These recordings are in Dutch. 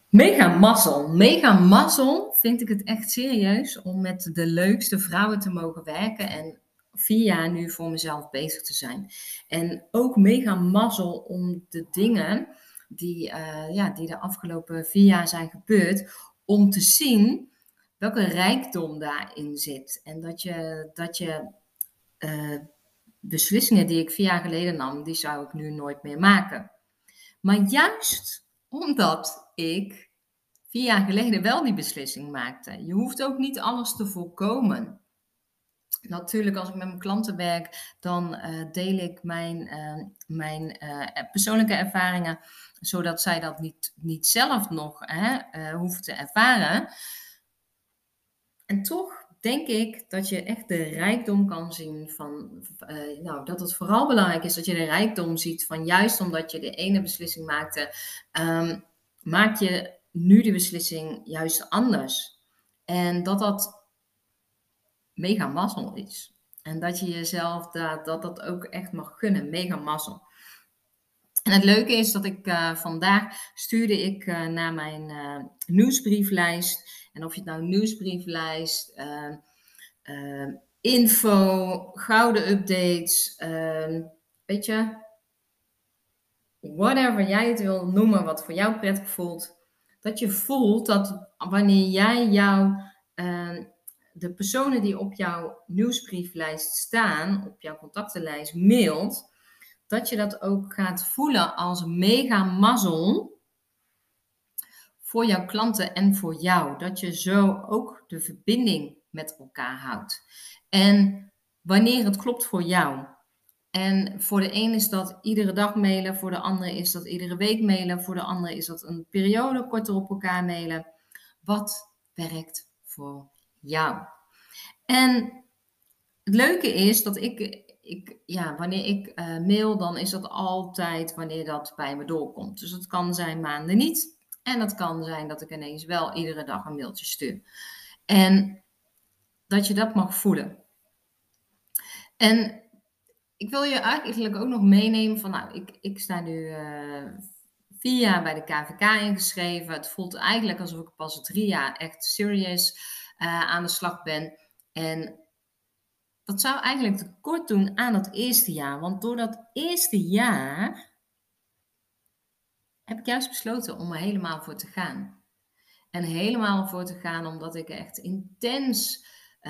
Mega mazzel. Mega mazzel vind ik het echt serieus om met de leukste vrouwen te mogen werken en 4 jaar nu voor mezelf bezig te zijn. En ook mega mazzel om de dingen die de afgelopen 4 jaar zijn gebeurd, om te zien welke rijkdom daarin zit. En dat je beslissingen die ik 4 jaar geleden nam, die zou ik nu nooit meer maken. Maar juist omdat ik 4 jaar geleden wel die beslissing maakte. Je hoeft ook niet alles te voorkomen. Natuurlijk, als ik met mijn klanten werk, dan deel ik mijn persoonlijke ervaringen, zodat zij dat niet zelf nog hoeven te ervaren. En toch denk ik dat je echt de rijkdom kan zien van, dat het vooral belangrijk is dat je de rijkdom ziet van juist omdat je de ene beslissing maakte, maak je nu de beslissing juist anders. En dat mega mazzel is. En dat je jezelf dat ook echt mag gunnen. Mega mazzel. En het leuke is dat ik vandaag stuurde ik naar mijn nieuwsbrieflijst. En of je het nou nieuwsbrieflijst, info, gouden updates, weet je, whatever jij het wil noemen, wat voor jou prettig voelt. Dat je voelt dat wanneer jij de personen die op jouw nieuwsbrieflijst staan, op jouw contactenlijst mailt, dat je dat ook gaat voelen als mega mazzel voor jouw klanten en voor jou. Dat je zo ook de verbinding met elkaar houdt. En wanneer het klopt voor jou. En voor de een is dat iedere dag mailen, voor de andere is dat iedere week mailen, voor de andere is dat een periode korter op elkaar mailen. Wat werkt voor jou? En het leuke is dat wanneer ik mail, dan is dat altijd wanneer dat bij me doorkomt. Dus het kan zijn maanden niet. En het kan zijn dat ik ineens wel iedere dag een mailtje stuur. En dat je dat mag voelen. En ik wil je eigenlijk ook nog meenemen van, ik sta nu 4 jaar bij de KVK ingeschreven. Het voelt eigenlijk alsof ik pas 3 jaar echt serious aan de slag ben. En dat zou eigenlijk tekort doen aan dat eerste jaar. Want door dat eerste jaar heb ik juist besloten om er helemaal voor te gaan. En helemaal voor te gaan omdat ik echt intens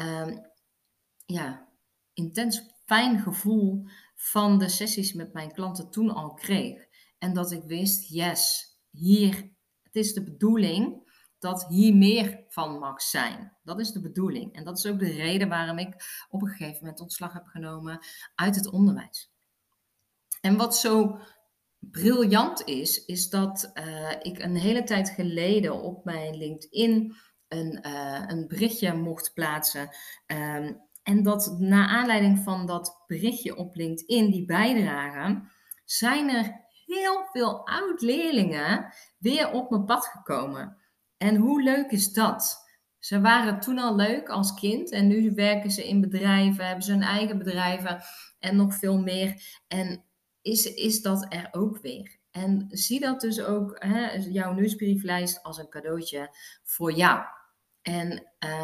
fijn gevoel van de sessies met mijn klanten toen al kreeg. En dat ik wist, yes, het is de bedoeling dat hier meer van mag zijn. Dat is de bedoeling. En dat is ook de reden waarom ik op een gegeven moment ontslag heb genomen uit het onderwijs. En wat zo briljant is dat ik een hele tijd geleden op mijn LinkedIn een berichtje mocht plaatsen. En dat na aanleiding van dat berichtje op LinkedIn, die bijdrage, zijn er heel veel oud-leerlingen weer op mijn pad gekomen. En hoe leuk is dat? Ze waren toen al leuk als kind en nu werken ze in bedrijven, hebben ze hun eigen bedrijven en nog veel meer. En is dat er ook weer. En zie dat dus ook, jouw nieuwsbrieflijst, als een cadeautje voor jou. En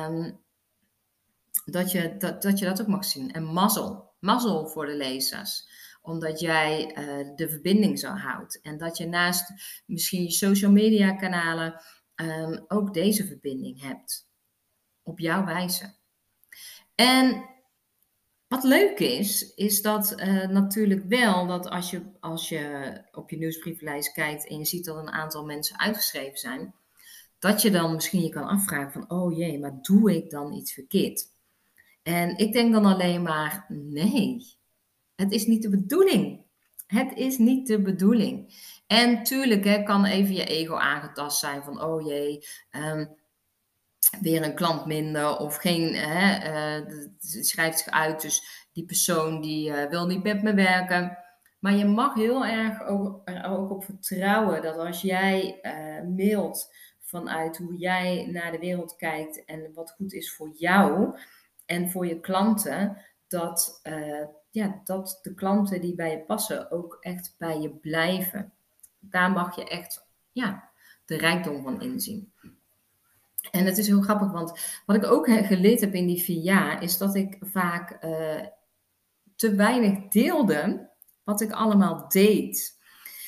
dat je dat ook mag zien. En mazzel voor de lezers. Omdat jij de verbinding zo houdt. En dat je naast misschien je social media kanalen ook deze verbinding hebt. Op jouw wijze. En wat leuk is dat natuurlijk wel dat als je op je nieuwsbrieflijst kijkt en je ziet dat een aantal mensen uitgeschreven zijn, dat je dan misschien je kan afvragen van, oh jee, maar doe ik dan iets verkeerd? En ik denk dan alleen maar, nee, het is niet de bedoeling. Het is niet de bedoeling. En tuurlijk kan even je ego aangetast zijn van, oh jee, weer een klant minder of geen, het schrijft zich uit, dus die persoon die wil niet met me werken. Maar je mag heel erg er ook op vertrouwen dat als jij mailt vanuit hoe jij naar de wereld kijkt en wat goed is voor jou en voor je klanten, dat de klanten die bij je passen ook echt bij je blijven. Daar mag je echt, de rijkdom van inzien. En het is heel grappig, want wat ik ook geleerd heb in die 4 jaar, is dat ik vaak te weinig deelde wat ik allemaal deed.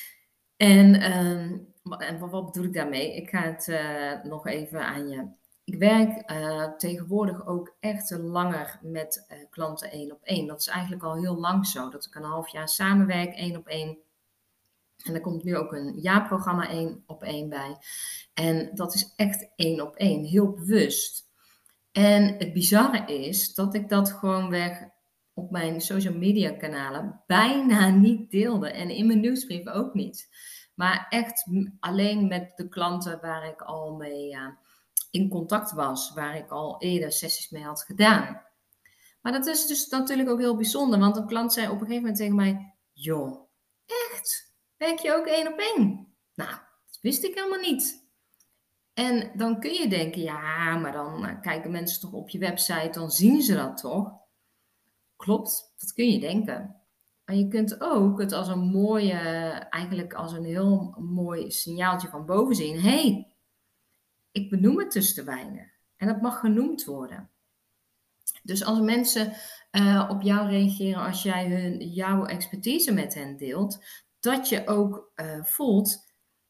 En wat bedoel ik daarmee? Ik ga het nog even aan je. Ik werk tegenwoordig ook echt langer met klanten 1-op-1. Dat is eigenlijk al heel lang zo. Dat ik een half jaar samenwerk 1-op-1. En er komt nu ook een jaarprogramma 1-op-1 bij. En dat is echt 1-op-1, heel bewust. En het bizarre is dat ik dat gewoonweg op mijn social media kanalen bijna niet deelde. En in mijn nieuwsbrief ook niet. Maar echt alleen met de klanten waar ik al mee in contact was. Waar ik al eerder sessies mee had gedaan. Maar dat is dus natuurlijk ook heel bijzonder. Want een klant zei op een gegeven moment tegen mij: joh, echt? Werk je ook 1-op-1? Nou, dat wist ik helemaal niet. En dan kun je denken, ja, maar dan kijken mensen toch op je website, dan zien ze dat toch? Klopt, dat kun je denken. Maar je kunt ook het als een mooie, eigenlijk als een heel mooi signaaltje van boven zien. Hey, ik benoem het dus te weinig. En dat mag genoemd worden. Dus als mensen op jou reageren, als jij jouw expertise met hen deelt, dat je ook voelt,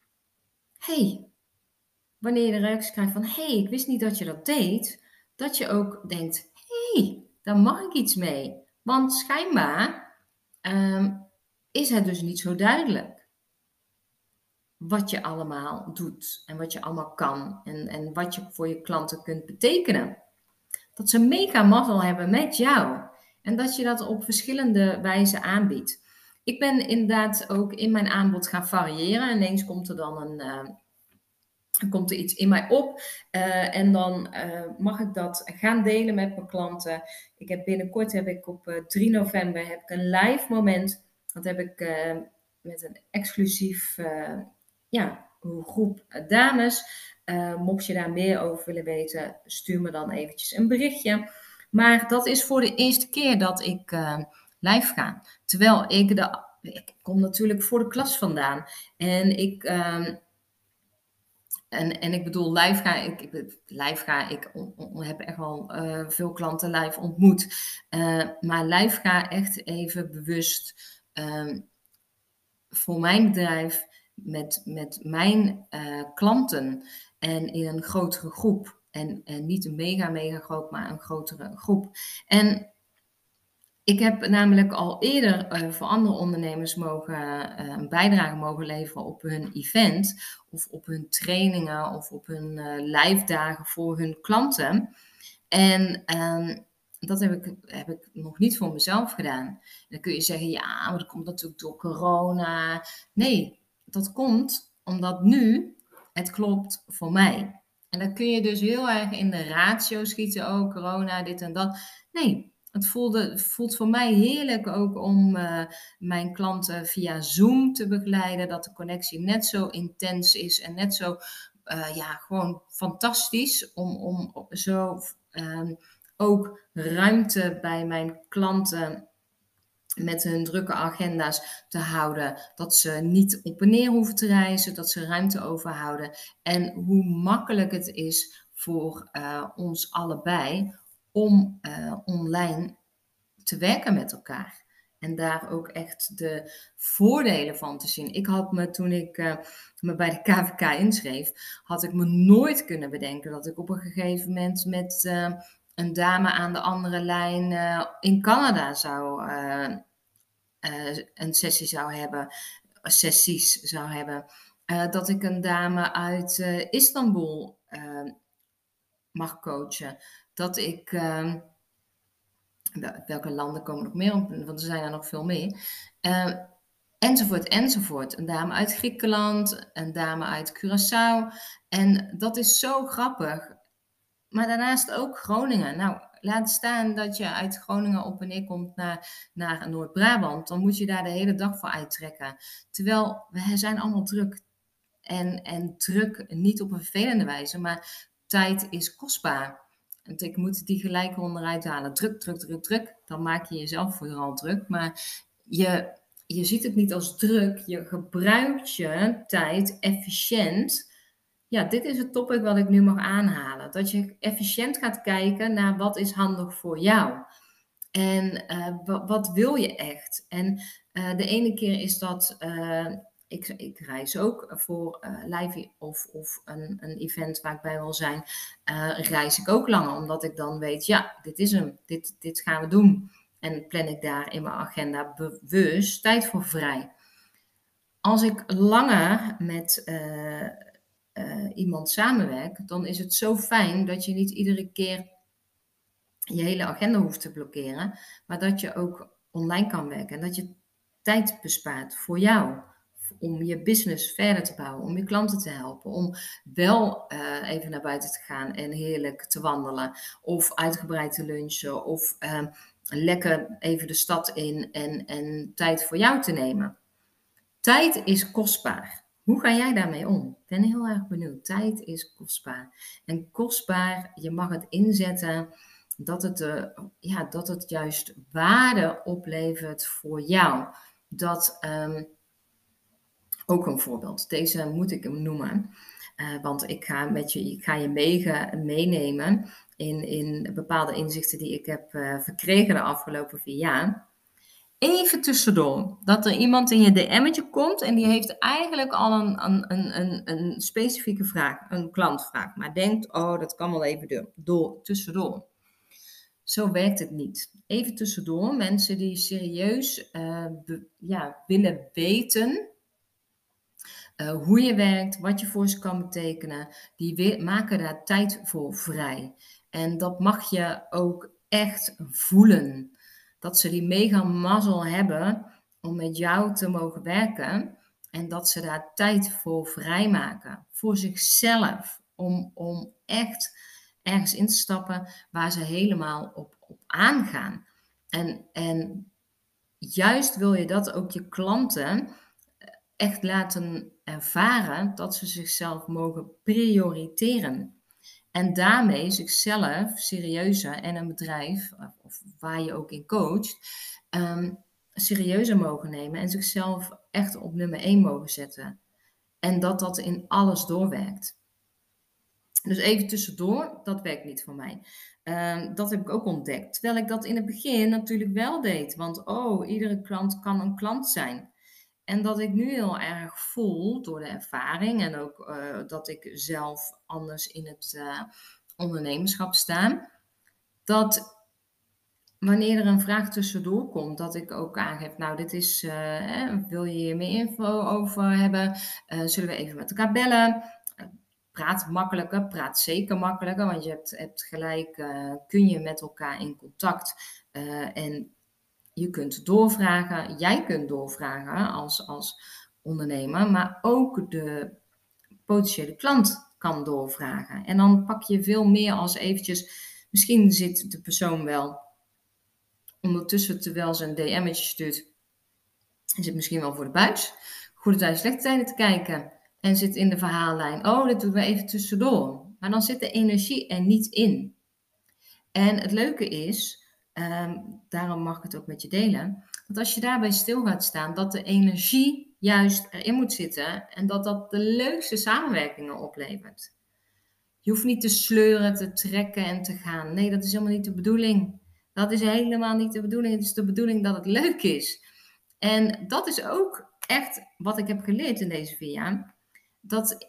hey, wanneer je de reactie krijgt van, hey, ik wist niet dat je dat deed, dat je ook denkt, hey, daar mag ik iets mee. Want schijnbaar is het dus niet zo duidelijk wat je allemaal doet en wat je allemaal kan en wat je voor je klanten kunt betekenen. Dat ze mega mazzel hebben met jou en dat je dat op verschillende wijzen aanbiedt. Ik ben inderdaad ook in mijn aanbod gaan variëren. Ineens komt er dan komt er iets in mij op en dan mag ik dat gaan delen met mijn klanten. Binnenkort heb ik op 3 november heb ik een live moment. Dat heb ik met een exclusief groep dames. Mocht je daar meer over willen weten, stuur me dan eventjes een berichtje. Maar dat is voor de eerste keer dat ik live ga. Terwijl ik kom natuurlijk voor de klas vandaan. En ik bedoel, live ga ik heb echt wel veel klanten live ontmoet. Maar live ga echt even bewust voor mijn bedrijf met mijn klanten en in een grotere groep. En niet een mega groot, maar een grotere groep. En ik heb namelijk al eerder voor andere ondernemers een bijdrage mogen leveren op hun event of op hun trainingen of op hun live dagen voor hun klanten. En dat heb ik nog niet voor mezelf gedaan. Dan kun je zeggen, ja, maar dat komt natuurlijk door corona. Nee, dat komt omdat nu het klopt voor mij. En dan kun je dus heel erg in de ratio schieten, oh, corona, dit en dat. Nee. Het voelt voor mij heerlijk ook om mijn klanten via Zoom te begeleiden. Dat de connectie net zo intens is en net zo gewoon fantastisch. Om zo ook ruimte bij mijn klanten met hun drukke agenda's te houden. Dat ze niet op en neer hoeven te reizen. Dat ze ruimte overhouden. En hoe makkelijk het is voor ons allebei om online te werken met elkaar. En daar ook echt de voordelen van te zien. Ik had me, toen ik me bij de KVK inschreef, had ik me nooit kunnen bedenken dat ik op een gegeven moment met een dame aan de andere lijn in Canada een sessie zou hebben. Sessies zou hebben. Dat ik een dame uit Istanbul mag coachen. Dat ik welke landen komen nog meer op? Want er zijn er nog veel meer. Enzovoort. Een dame uit Griekenland, een dame uit Curaçao. En dat is zo grappig. Maar daarnaast ook Groningen. Nou, laat staan dat je uit Groningen op en neer komt naar Noord-Brabant. Dan moet je daar de hele dag voor uittrekken. Terwijl we zijn allemaal druk. En druk niet op een vervelende wijze, maar tijd is kostbaar. En ik moet die gelijk onderuit halen. Druk. Dan maak je jezelf vooral druk. Maar je ziet het niet als druk. Je gebruikt je tijd efficiënt ja, dit is het topic wat ik nu mag aanhalen. Dat je efficiënt gaat kijken naar wat is handig voor jou. En wat wil je echt? En de ene keer is dat, ik reis ook voor live of een event waar ik bij wil zijn, reis ik ook langer, omdat ik dan weet, ja, dit is hem, dit gaan we doen. En plan ik daar in mijn agenda bewust tijd voor vrij. Als ik langer met iemand samenwerk, dan is het zo fijn dat je niet iedere keer je hele agenda hoeft te blokkeren, maar dat je ook online kan werken en dat je tijd bespaart voor jou. Om je business verder te bouwen, om je klanten te helpen, om wel even naar buiten te gaan en heerlijk te wandelen, of uitgebreid te lunchen, of lekker even de stad in en tijd voor jou te nemen. Tijd is kostbaar. Hoe ga jij daarmee om? Ik ben heel erg benieuwd. Tijd is kostbaar. En kostbaar, je mag het inzetten dat het juist waarde oplevert voor jou. Dat, ook een voorbeeld. Deze moet ik hem noemen. Want ik ga je meenemen in bepaalde inzichten die ik heb verkregen de afgelopen 4 jaar. Even tussendoor, dat er iemand in je DM'tje komt en die heeft eigenlijk al een specifieke vraag, een klantvraag, maar denkt, oh, dat kan wel even tussendoor. Zo werkt het niet. Even tussendoor, mensen die serieus willen weten hoe je werkt, wat je voor ze kan betekenen, die maken daar tijd voor vrij. En dat mag je ook echt voelen. Dat ze die mega mazzel hebben om met jou te mogen werken. En dat ze daar tijd voor vrijmaken. Voor zichzelf. Om echt ergens in te stappen waar ze helemaal op aangaan. En juist wil je dat ook je klanten echt laten ervaren dat ze zichzelf mogen prioriteren. En daarmee zichzelf serieuzer en een bedrijf, of waar je ook in coacht, serieuzer mogen nemen en zichzelf echt op nummer 1 mogen zetten. En dat in alles doorwerkt. Dus even tussendoor, dat werkt niet voor mij. Dat heb ik ook ontdekt. Terwijl ik dat in het begin natuurlijk wel deed. Want iedere klant kan een klant zijn. En dat ik nu heel erg voel door de ervaring en ook dat ik zelf anders in het ondernemerschap sta, dat wanneer er een vraag tussendoor komt, dat ik ook aangeef, nou dit is, wil je hier meer info over hebben? Zullen we even met elkaar bellen? Praat makkelijker, praat zeker makkelijker, want je hebt gelijk, kun je met elkaar in contact en je kunt doorvragen, jij kunt doorvragen als ondernemer, maar ook de potentiële klant kan doorvragen. En dan pak je veel meer als eventjes, misschien zit de persoon wel ondertussen, terwijl ze een DM'tje stuurt, zit misschien wel voor de buis, goede tijden, slechte tijden te kijken en zit in de verhaallijn, dit doen we even tussendoor. Maar dan zit de energie er niet in. En het leuke is, daarom mag ik het ook met je delen, dat als je daarbij stil gaat staan, dat de energie juist erin moet zitten en dat de leukste samenwerkingen oplevert. Je hoeft niet te sleuren, te trekken en te gaan. Nee, dat is helemaal niet de bedoeling. Dat is helemaal niet de bedoeling. Het is de bedoeling dat het leuk is. En dat is ook echt wat ik heb geleerd in deze 4 jaar. Dat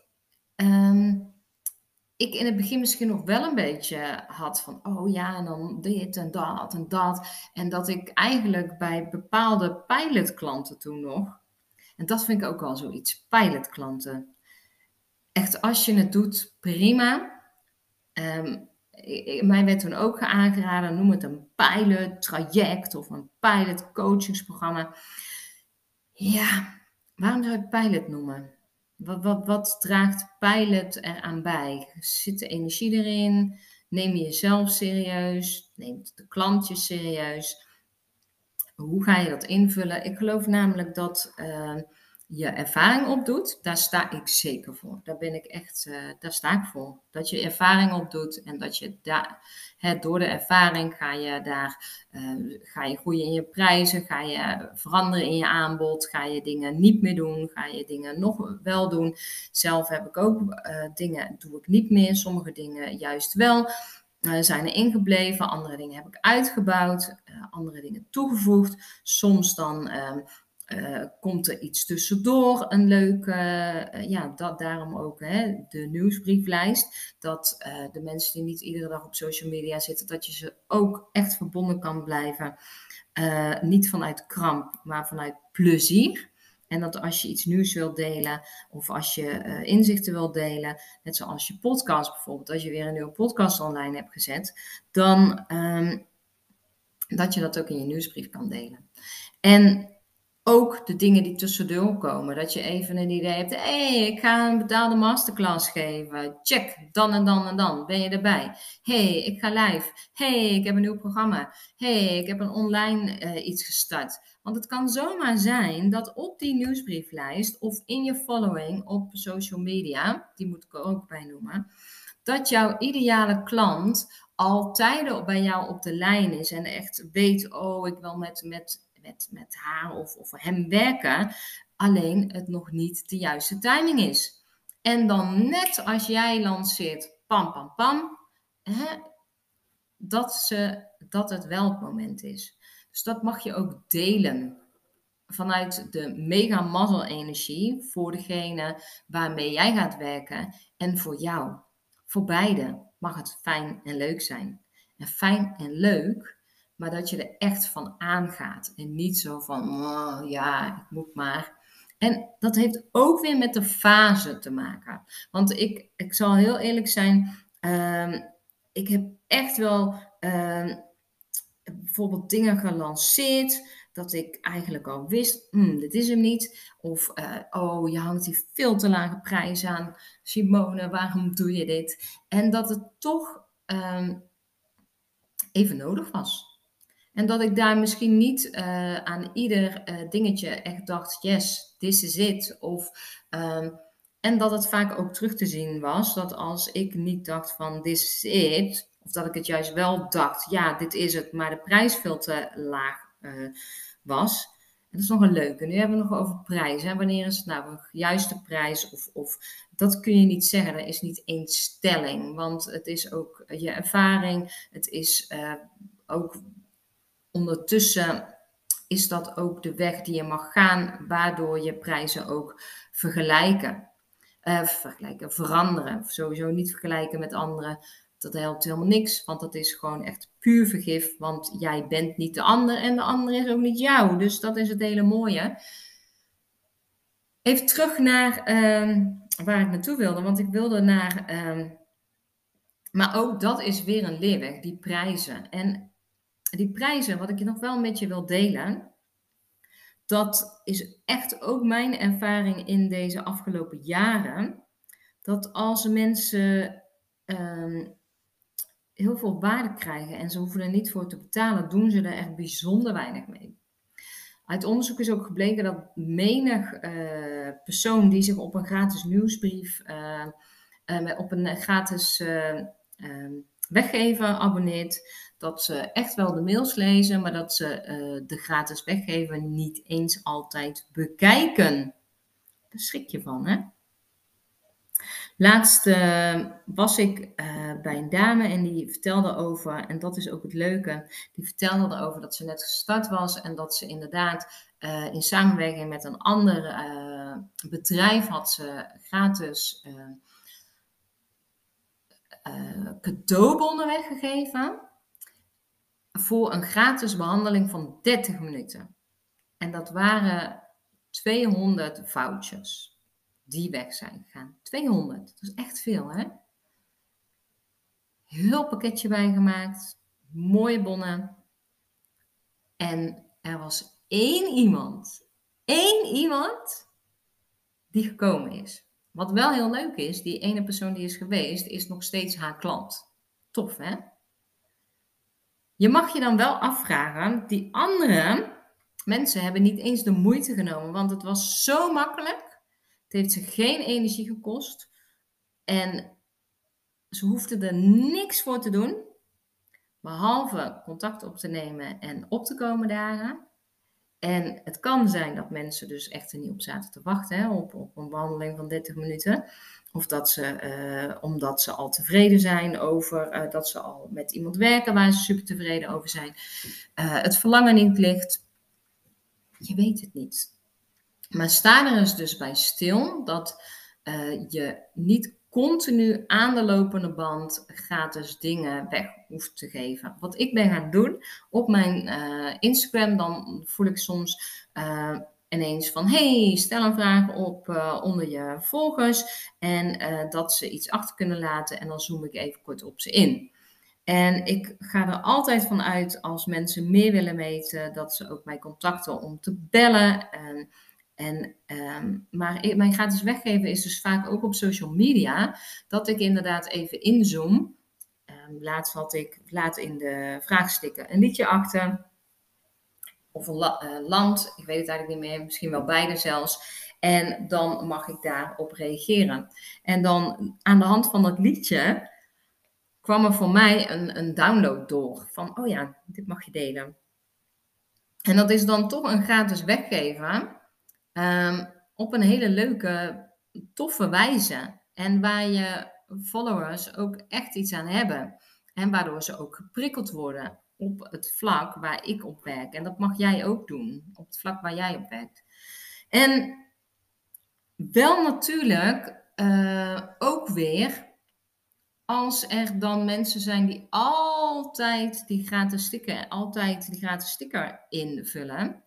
ik in het begin misschien nog wel een beetje had van, en dan dit en dat en dat. En dat ik eigenlijk bij bepaalde pilotklanten toen nog, en dat vind ik ook wel zoiets, pilotklanten. Echt, als je het doet, prima. Mij werd toen ook aangeraden, noem het een pilot traject of een pilot coachingsprogramma. Ja, waarom zou je het pilot noemen? Wat draagt pilot eraan bij? Zit de energie erin? Neem je jezelf serieus? Neemt de klant je serieus? Hoe ga je dat invullen? Ik geloof namelijk dat je ervaring opdoet, daar sta ik zeker voor. Daar ben ik echt, daar sta ik voor. Dat je ervaring opdoet en dat je daar, door de ervaring ga je groeien in je prijzen, ga je veranderen in je aanbod, ga je dingen niet meer doen, ga je dingen nog wel doen. Zelf heb ik ook dingen, doe ik niet meer, sommige dingen juist wel. Zijn er ingebleven, andere dingen heb ik uitgebouwd, andere dingen toegevoegd. Soms dan komt er iets tussendoor, een leuke, daarom ook de nieuwsbrieflijst. Dat de mensen die niet iedere dag op social media zitten, dat je ze ook echt verbonden kan blijven. Niet vanuit kramp, maar vanuit plezier. En dat als je iets nieuws wilt delen of als je inzichten wilt delen, net zoals je podcast bijvoorbeeld, als je weer een nieuwe podcast online hebt gezet, dan dat je dat ook in je nieuwsbrief kan delen. En ook de dingen die tussendoor komen. Dat je even een idee hebt. Ik ga een betaalde masterclass geven. Check, dan en dan en dan. Ben je erbij? Ik ga live. Ik heb een nieuw programma. Ik heb een online iets gestart. Want het kan zomaar zijn dat op die nieuwsbrieflijst of in je following op social media, die moet ik er ook bij noemen, dat jouw ideale klant al tijden bij jou op de lijn is en echt weet, ik wil met haar of hem werken, alleen het nog niet de juiste timing is. En dan net als jij lanceert, pam, pam, pam, dat het wel het moment is. Dus dat mag je ook delen. Vanuit de mega mazzel energie voor degene waarmee jij gaat werken en voor jou. Voor beide mag het fijn en leuk zijn. En fijn en leuk, maar dat je er echt van aangaat. En niet zo van, ik moet maar. En dat heeft ook weer met de fase te maken. Want ik zal heel eerlijk zijn, ik heb echt wel bijvoorbeeld dingen gelanceerd dat ik eigenlijk al wist, dit is hem niet. Of, je hangt hier veel te lage prijs aan. Simone, waarom doe je dit? En dat het toch even nodig was. En dat ik daar misschien niet aan ieder dingetje echt dacht, yes, this is it. Of, en dat het vaak ook terug te zien was, dat als ik niet dacht van this is it, of dat ik het juist wel dacht, ja, dit is het, maar de prijs veel te laag was. En dat is nog een leuke. Nu hebben we het nog over prijs. Hè? Wanneer is het nou een juiste prijs? Of dat kun je niet zeggen. Er is niet één stelling. Want het is ook je ervaring. Het is ook ondertussen is dat ook de weg die je mag gaan, waardoor je prijzen ook veranderen. Sowieso niet vergelijken met anderen. Dat helpt helemaal niks, want dat is gewoon echt puur vergif, want jij bent niet de ander en de ander is ook niet jou. Dus dat is het hele mooie. Even terug naar waar ik naartoe wilde, want ik wilde naar... maar ook dat is weer een leerweg, die prijzen. En die prijzen, wat ik je nog wel met je wil delen, dat is echt ook mijn ervaring in deze afgelopen jaren, dat als mensen heel veel waarde krijgen en ze hoeven er niet voor te betalen, doen ze er echt bijzonder weinig mee. Uit onderzoek is ook gebleken dat menig persoon die zich op een gratis nieuwsbrief, op een gratis weggever abonneert, dat ze echt wel de mails lezen, maar dat ze de gratis weggever niet eens altijd bekijken. Daar schrik je van, hè? Laatst was ik bij een dame en die vertelde over, en dat is ook het leuke, die vertelde erover dat ze net gestart was en dat ze inderdaad in samenwerking met een ander bedrijf had ze gratis cadeaubonnen weggegeven voor een gratis behandeling van 30 minuten. En dat waren 200 vouchers die weg zijn gegaan. 200, dat is echt veel, hè? Heel pakketje bijgemaakt, mooie bonnen. En er was één iemand die gekomen is. Wat wel heel leuk is, die ene persoon die is geweest, is nog steeds haar klant. Tof, hè? Je mag je dan wel afvragen, die andere, Mensen hebben niet eens de moeite genomen, want het was zo makkelijk. Het heeft ze geen energie gekost en ze hoefden er niks voor te doen, behalve contact op te nemen en op te komen dagen. En het kan zijn dat mensen dus echt er niet op zaten te wachten, hè, op een wandeling van 30 minuten. Of dat ze, omdat ze al tevreden zijn over dat ze al met iemand werken waar ze super tevreden over zijn. Het verlangen niet ligt. Je weet het niet. Maar sta er eens dus bij stil dat je niet continu aan de lopende band gratis dingen weg hoeft te geven. Wat ik ben gaan doen op mijn Instagram, dan voel ik soms ineens van, hey, stel een vraag op onder je volgers en dat ze iets achter kunnen laten en dan zoom ik even kort op ze in. En ik ga er altijd van uit als mensen meer willen weten, dat ze ook mij contacten om te bellen. Maar mijn gratis weggeven is dus vaak ook op social media, dat ik inderdaad even inzoom. Laatst had ik in de vraagstukken een liedje achter, of een land, ik weet het eigenlijk niet meer, misschien wel beide zelfs. En dan mag ik daarop reageren. En dan aan de hand van dat liedje kwam er voor mij een download door. Van, oh ja, dit mag je delen. En dat is dan toch een gratis weggeven. Op een hele leuke, toffe wijze. En waar je followers ook echt iets aan hebben. En waardoor ze ook geprikkeld worden op het vlak waar ik op werk. En dat mag jij ook doen. Op het vlak waar jij op werkt. En wel natuurlijk ook weer als er dan mensen zijn die altijd die gratis sticker invullen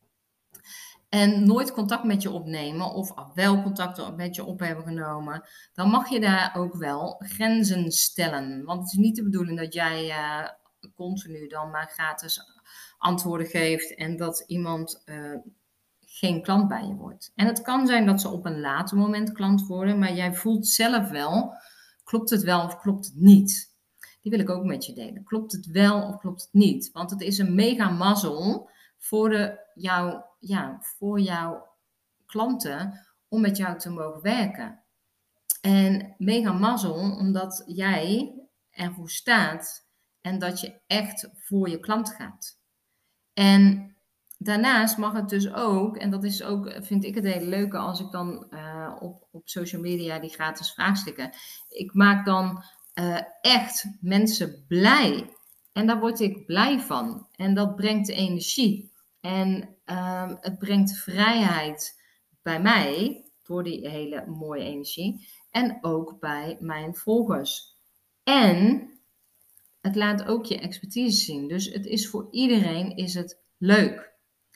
en nooit contact met je opnemen of wel contact met je op hebben genomen, dan mag je daar ook wel grenzen stellen. Want het is niet de bedoeling dat jij continu dan maar gratis antwoorden geeft en dat iemand geen klant bij je wordt. En het kan zijn dat ze op een later moment klant worden, maar jij voelt zelf wel, klopt het wel of klopt het niet? Die wil ik ook met je delen. Klopt het wel of klopt het niet? Want het is een mega mazzel voor jouw klanten om met jou te mogen werken. En mega mazzel omdat jij ervoor staat en dat je echt voor je klant gaat. En daarnaast mag het dus ook, en dat is ook, vind ik het hele leuke als ik dan op social media die gratis vraagstukken, ik maak dan echt mensen blij. En daar word ik blij van. En dat brengt energie. En het brengt vrijheid bij mij, door die hele mooie energie. En ook bij mijn volgers. En het laat ook je expertise zien. Dus het is voor iedereen is het leuk.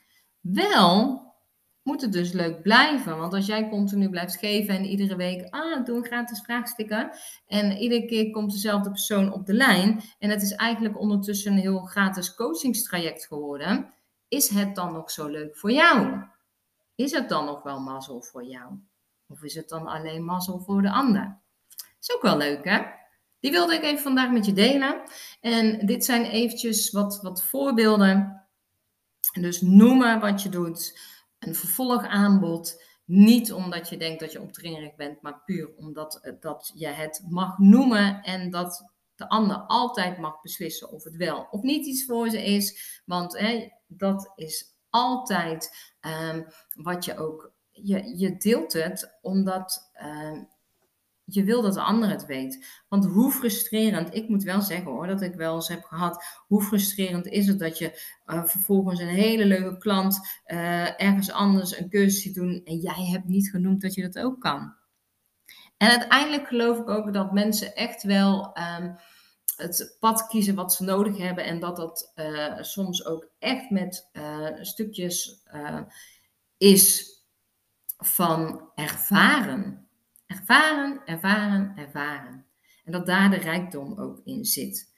Wel moet het dus leuk blijven. Want als jij continu blijft geven en iedere week, doe een gratis vraagsticker. En iedere keer komt dezelfde persoon op de lijn. En het is eigenlijk ondertussen een heel gratis coachingstraject geworden. Is het dan nog zo leuk voor jou? Is het dan nog wel mazzel voor jou? Of is het dan alleen mazzel voor de ander? Is ook wel leuk, hè? Die wilde ik even vandaag met je delen. En dit zijn eventjes wat voorbeelden. Dus noemen wat je doet. Een vervolgaanbod. Niet omdat je denkt dat je opdringerig bent, maar puur omdat dat je het mag noemen en dat de ander altijd mag beslissen of het wel of niet iets voor ze is. Want dat is altijd wat je ook. Je deelt het omdat je wil dat de ander het weet. Want hoe frustrerend, ik moet wel zeggen hoor, dat ik wel eens heb gehad, hoe frustrerend is het dat je vervolgens een hele leuke klant ergens anders een cursus ziet doen en jij hebt niet genoemd dat je dat ook kan. En uiteindelijk geloof ik ook dat mensen echt wel het pad kiezen wat ze nodig hebben en dat dat soms ook echt met stukjes is van ervaren. Ervaren. En dat daar de rijkdom ook in zit.